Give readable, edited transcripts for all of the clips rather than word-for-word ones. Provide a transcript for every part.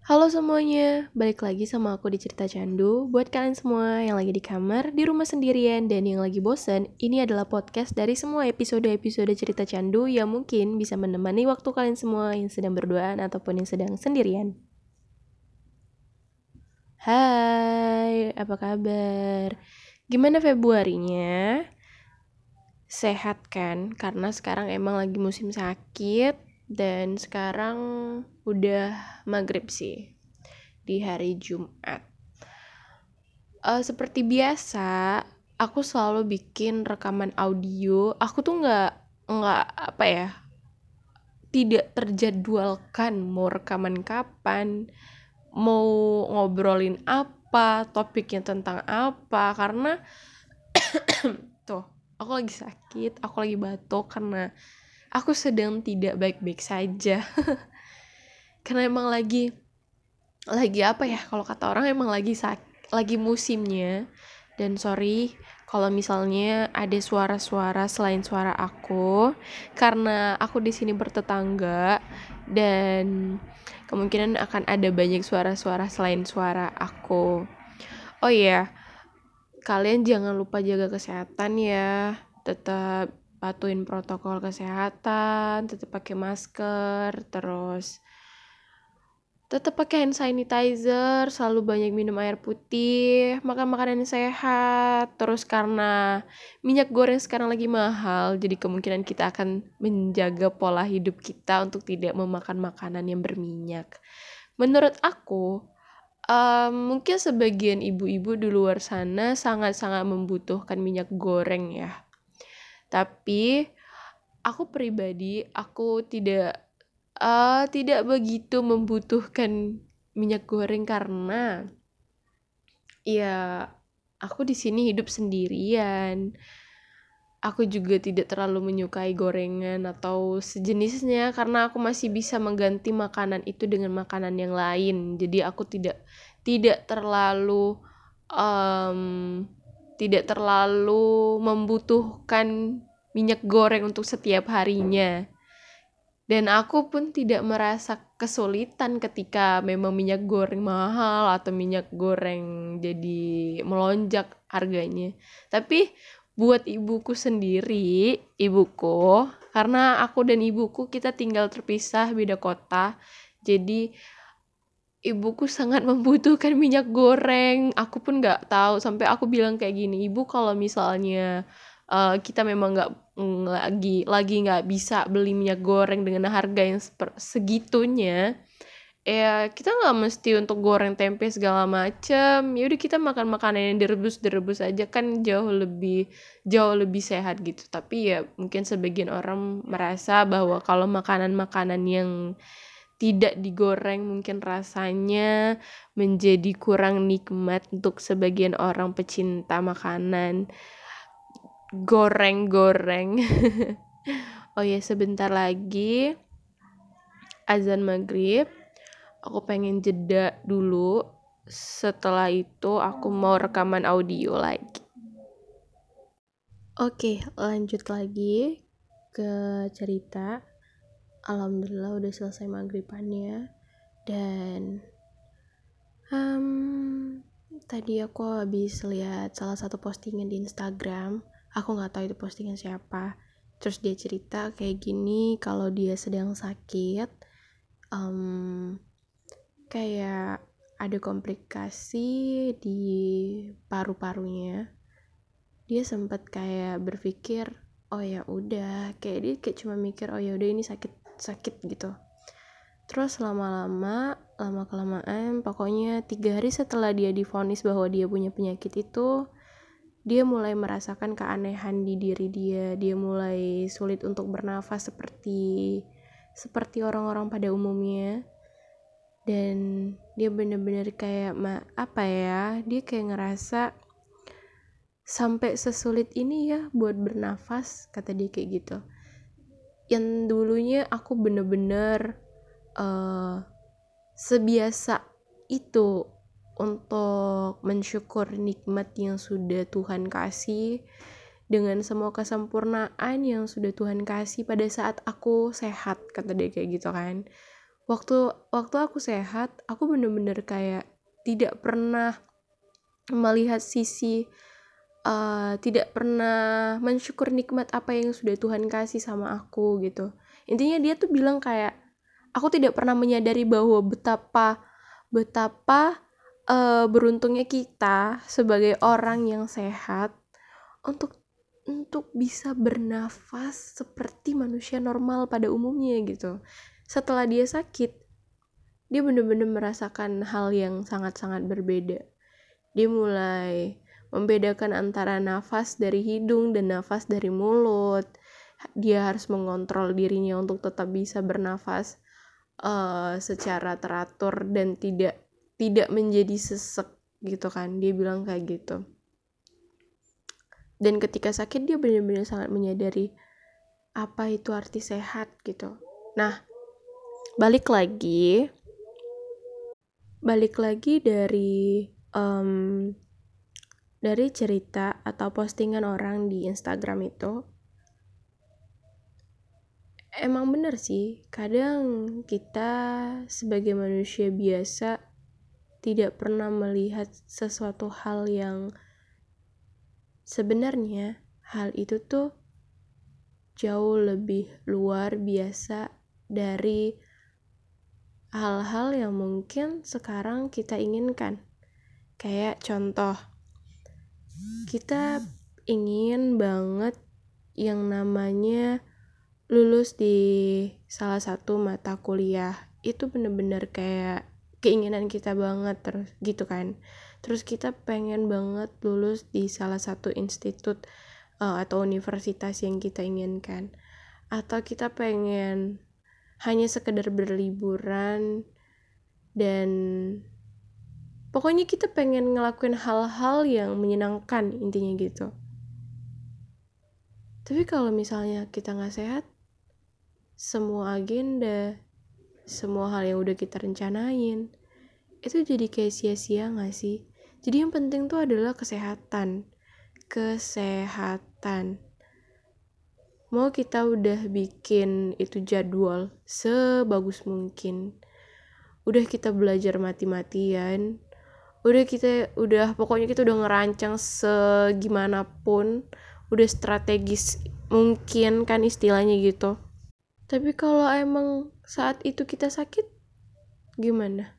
Halo semuanya, balik lagi sama aku di Cerita Candu. Buat kalian semua yang lagi di kamar, di rumah sendirian, dan yang lagi bosen, ini adalah podcast dari semua episode-episode Cerita Candu yang mungkin bisa menemani waktu kalian semua yang sedang berduaan ataupun yang sedang sendirian. Hai, apa kabar? Gimana Februarinya? Sehat kan? Karena sekarang emang lagi musim sakit, dan sekarang udah maghrib sih, di hari Jumat. Seperti biasa, aku selalu bikin rekaman audio. Aku tuh nggak apa ya, tidak terjadwalkan mau rekaman kapan, mau ngobrolin apa, topiknya tentang apa, karena tuh aku lagi sakit, aku lagi batuk karena aku sedang tidak baik-baik saja. Karena emang lagi apa ya, kalau kata orang emang lagi musimnya. Dan sorry kalau misalnya ada suara-suara selain suara aku, karena aku di sini bertetangga dan kemungkinan akan ada banyak suara-suara selain suara aku. Oh iya, kalian jangan lupa jaga kesehatan ya, tetap patuhin protokol kesehatan, tetap pakai masker, terus tetap pakai hand sanitizer, selalu banyak minum air putih, makan makanan yang sehat. Terus karena minyak goreng sekarang lagi mahal, jadi kemungkinan kita akan menjaga pola hidup kita untuk tidak memakan makanan yang berminyak. Menurut aku, mungkin sebagian ibu-ibu di luar sana sangat-sangat membutuhkan minyak goreng ya. Tapi aku pribadi, aku tidak begitu membutuhkan minyak goreng karena ya aku di sini hidup sendirian. Aku juga tidak terlalu menyukai gorengan atau sejenisnya karena aku masih bisa mengganti makanan itu dengan makanan yang lain. Jadi aku tidak terlalu em, tidak terlalu membutuhkan minyak goreng untuk setiap harinya. Dan aku pun tidak merasa kesulitan ketika memang minyak goreng mahal atau minyak goreng jadi melonjak harganya. Tapi buat ibuku sendiri, karena aku dan ibuku kita tinggal terpisah beda kota. Jadi ibuku sangat membutuhkan minyak goreng. Aku pun nggak tahu sampai aku bilang kayak gini, ibu kalau misalnya kita memang lagi nggak bisa beli minyak goreng dengan harga yang segitunya, ya kita nggak mesti untuk goreng tempe segala macem. Ya udah kita makan makanan yang direbus aja kan jauh lebih sehat gitu. Tapi ya mungkin sebagian orang merasa bahwa kalau makanan-makanan yang tidak digoreng mungkin rasanya menjadi kurang nikmat untuk sebagian orang pecinta makanan goreng-goreng. Oh ya, sebentar lagi azan maghrib. Aku pengen jeda dulu. Setelah itu aku mau rekaman audio lagi. Oke, lanjut lagi ke cerita. Alhamdulillah udah selesai maghribannya. Dan tadi aku habis lihat salah satu postingan di Instagram. Aku nggak tahu itu postingan siapa. Terus dia cerita kayak gini kalau dia sedang sakit, kayak ada komplikasi di paru-parunya. Dia sempat kayak berpikir, oh ya udah, kayak dia kayak cuma mikir, oh ya udah ini sakit gitu. Terus lama-kelamaan, pokoknya 3 hari setelah dia divonis bahwa dia punya penyakit itu, dia mulai merasakan keanehan di diri dia. Dia mulai sulit untuk bernafas seperti orang-orang pada umumnya. Dan dia bener-bener kayak dia kayak ngerasa sampai sesulit ini ya buat bernafas, kata dia kayak gitu. Yang dulunya aku bener-bener sebiasa itu untuk mensyukur nikmat yang sudah Tuhan kasih, dengan semua kesempurnaan yang sudah Tuhan kasih pada saat aku sehat, kata dia kayak gitu kan. Waktu aku sehat, aku bener-bener kayak tidak pernah melihat sisi, tidak pernah mensyukur nikmat apa yang sudah Tuhan kasih sama aku gitu. Intinya dia tuh bilang kayak, aku tidak pernah menyadari bahwa betapa betapa beruntungnya kita sebagai orang yang sehat untuk bisa bernafas seperti manusia normal pada umumnya gitu. Setelah dia sakit, dia benar-benar merasakan hal yang sangat-sangat berbeda. Dia mulai membedakan antara nafas dari hidung dan nafas dari mulut. Dia harus mengontrol dirinya untuk tetap bisa bernafas secara teratur dan tidak menjadi sesek gitu kan. Dia bilang kayak gitu. Dan ketika sakit dia benar-benar sangat menyadari apa itu arti sehat gitu. Nah, balik lagi dari cerita atau postingan orang di Instagram itu, emang bener sih, kadang kita sebagai manusia biasa tidak pernah melihat sesuatu hal yang sebenarnya hal itu tuh jauh lebih luar biasa dari hal-hal yang mungkin sekarang kita inginkan. Kayak contoh, kita ingin banget yang namanya lulus di salah satu mata kuliah. Itu bener-bener kayak keinginan kita banget terus gitu kan. Terus kita pengen banget lulus di salah satu institut atau universitas yang kita inginkan. Atau kita pengen hanya sekedar berliburan dan pokoknya kita pengen ngelakuin hal-hal yang menyenangkan intinya gitu. Tapi kalau misalnya kita gak sehat, semua agenda, semua hal yang udah kita rencanain, itu jadi kayak sia-sia gak sih? Jadi yang penting tuh adalah kesehatan. Mau kita udah bikin itu jadwal sebagus mungkin, udah kita belajar mati-matian, pokoknya kita udah ngerancang segimanapun, udah strategis mungkin kan istilahnya gitu. Tapi kalau emang saat itu kita sakit, gimana?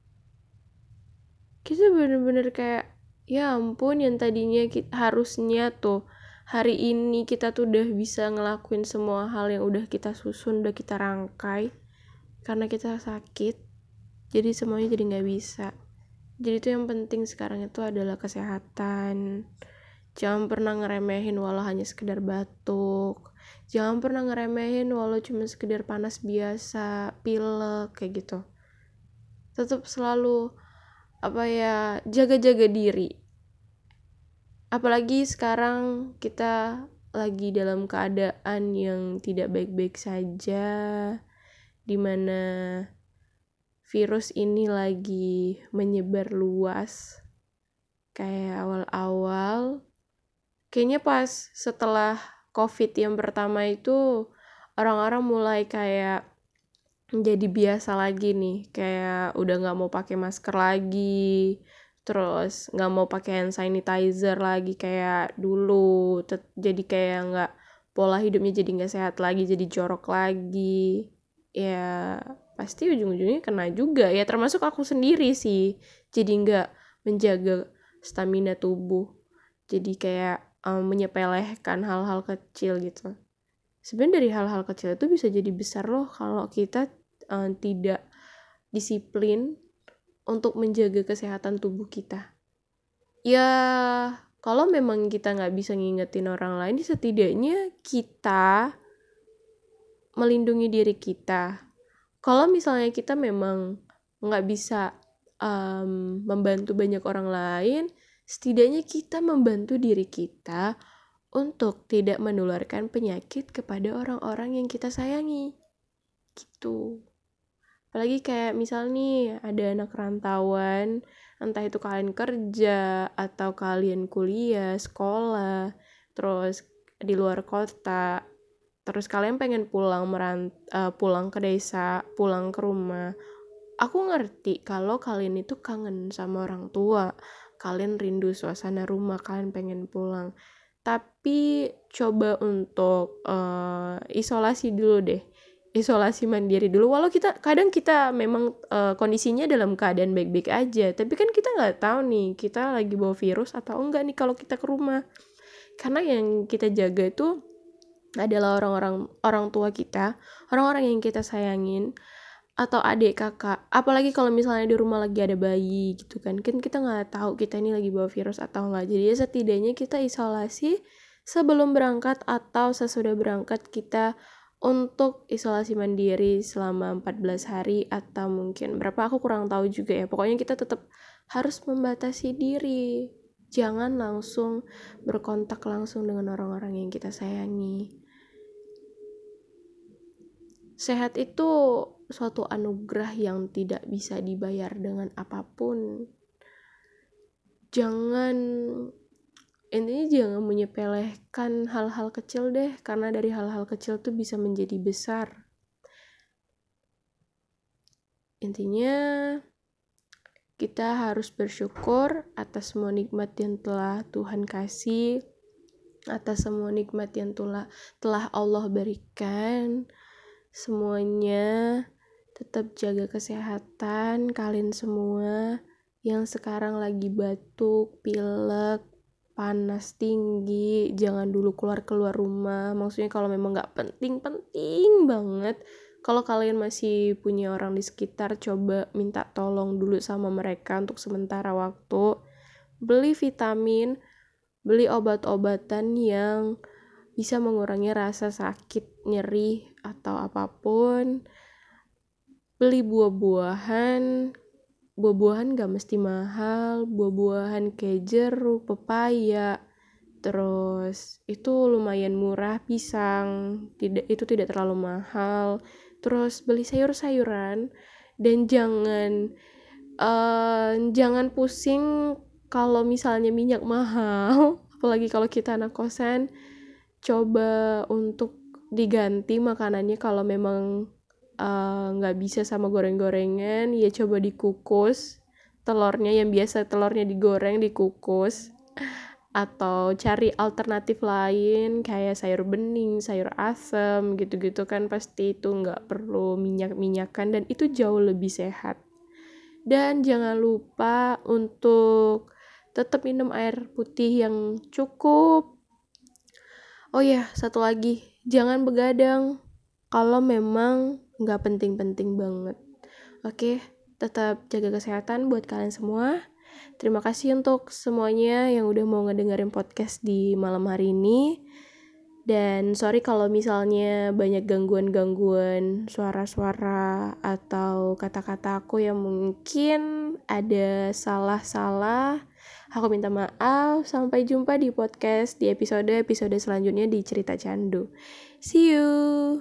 Kita bener-bener kayak, ya ampun, yang tadinya harusnya tuh hari ini kita tuh udah bisa ngelakuin semua hal yang udah kita susun, udah kita rangkai, karena kita sakit, jadi semuanya jadi gak bisa. Jadi itu yang penting sekarang itu adalah kesehatan. Jangan pernah ngeremehin walau hanya sekedar batuk. Jangan pernah ngeremehin walau cuma sekedar panas biasa, pilek kayak gitu. Tetap selalu jaga-jaga diri. Apalagi sekarang kita lagi dalam keadaan yang tidak baik-baik saja, dimana virus ini lagi menyebar luas. Kayak awal-awal, kayaknya pas setelah COVID yang pertama itu orang-orang mulai kayak jadi biasa lagi nih, kayak udah nggak mau pakai masker lagi, terus nggak mau pakai hand sanitizer lagi kayak dulu, jadi kayak nggak, pola hidupnya jadi nggak sehat lagi, jadi jorok lagi. Ya pasti ujung-ujungnya kena juga ya, termasuk aku sendiri sih, jadi nggak menjaga stamina tubuh, jadi kayak menyepelekan hal-hal kecil gitu. Sebenarnya dari hal-hal kecil itu bisa jadi besar loh kalau kita tidak disiplin untuk menjaga kesehatan tubuh kita. Ya kalau memang kita nggak bisa ngingetin orang lain, setidaknya kita melindungi diri kita. Kalau misalnya kita memang nggak bisa membantu banyak orang lain, setidaknya kita membantu diri kita untuk tidak menularkan penyakit kepada orang-orang yang kita sayangi. Gitu. Apalagi kayak misal nih ada anak rantauan, entah itu kalian kerja atau kalian kuliah, sekolah, terus di luar kota. terus kalian pengen pulang ke desa, pulang ke rumah. Aku ngerti kalau kalian itu kangen sama orang tua, kalian rindu suasana rumah, kalian pengen pulang. Tapi coba untuk isolasi dulu deh. Isolasi mandiri dulu. Walau kadang kita memang kondisinya dalam keadaan baik-baik aja, tapi kan kita nggak tahu nih kita lagi bawa virus atau enggak nih kalau kita ke rumah. Karena yang kita jaga itu adalah orang tua kita, orang-orang yang kita sayangin, atau adik kakak. Apalagi kalau misalnya di rumah lagi ada bayi gitu kan kita nggak tahu kita ini lagi bawa virus atau enggak. Jadi ya setidaknya kita isolasi sebelum berangkat atau sesudah berangkat, kita untuk isolasi mandiri selama 14 hari atau mungkin berapa, aku kurang tahu juga ya. Pokoknya kita tetap harus membatasi diri, jangan langsung berkontak langsung dengan orang-orang yang kita sayangi. Sehat itu suatu anugerah yang tidak bisa dibayar dengan apapun. Intinya jangan menyepelekan hal-hal kecil deh, karena dari hal-hal kecil tuh bisa menjadi besar. Intinya kita harus bersyukur atas semua nikmat yang telah Tuhan kasih, atas semua nikmat yang telah Allah berikan. Semuanya tetap jaga kesehatan kalian semua yang sekarang lagi batuk, pilek, panas tinggi. Jangan dulu keluar rumah. Maksudnya kalau memang gak penting banget, kalau kalian masih punya orang di sekitar, coba minta tolong dulu sama mereka untuk sementara waktu. Beli vitamin, beli obat-obatan yang bisa mengurangi rasa sakit, nyeri, atau apapun. Beli buah-buahan gak mesti mahal. Buah-buahan kayak jeruk, pepaya, terus itu lumayan murah. Pisang, itu tidak terlalu mahal. Terus beli sayur-sayuran, dan jangan pusing kalau misalnya minyak mahal. Apalagi kalau kita anak kosan, coba untuk diganti makanannya. Kalau memang nggak bisa sama goreng-gorengan, ya coba dikukus telurnya. Yang biasa telurnya digoreng, dikukus, atau cari alternatif lain kayak sayur bening, sayur asem gitu-gitu kan. Pasti itu nggak perlu minyak-minyakan dan itu jauh lebih sehat. Dan jangan lupa untuk tetap minum air putih yang cukup. Oh ya, satu lagi, jangan begadang kalau memang nggak penting-penting banget. Oke, tetap jaga kesehatan buat kalian semua. Terima kasih untuk semuanya yang udah mau ngedengerin podcast di malam hari ini. Dan sorry kalau misalnya banyak gangguan-gangguan suara-suara atau kata-kata aku yang mungkin ada salah-salah. Aku minta maaf. Sampai jumpa di podcast di episode selanjutnya di Cerita Candu. See you!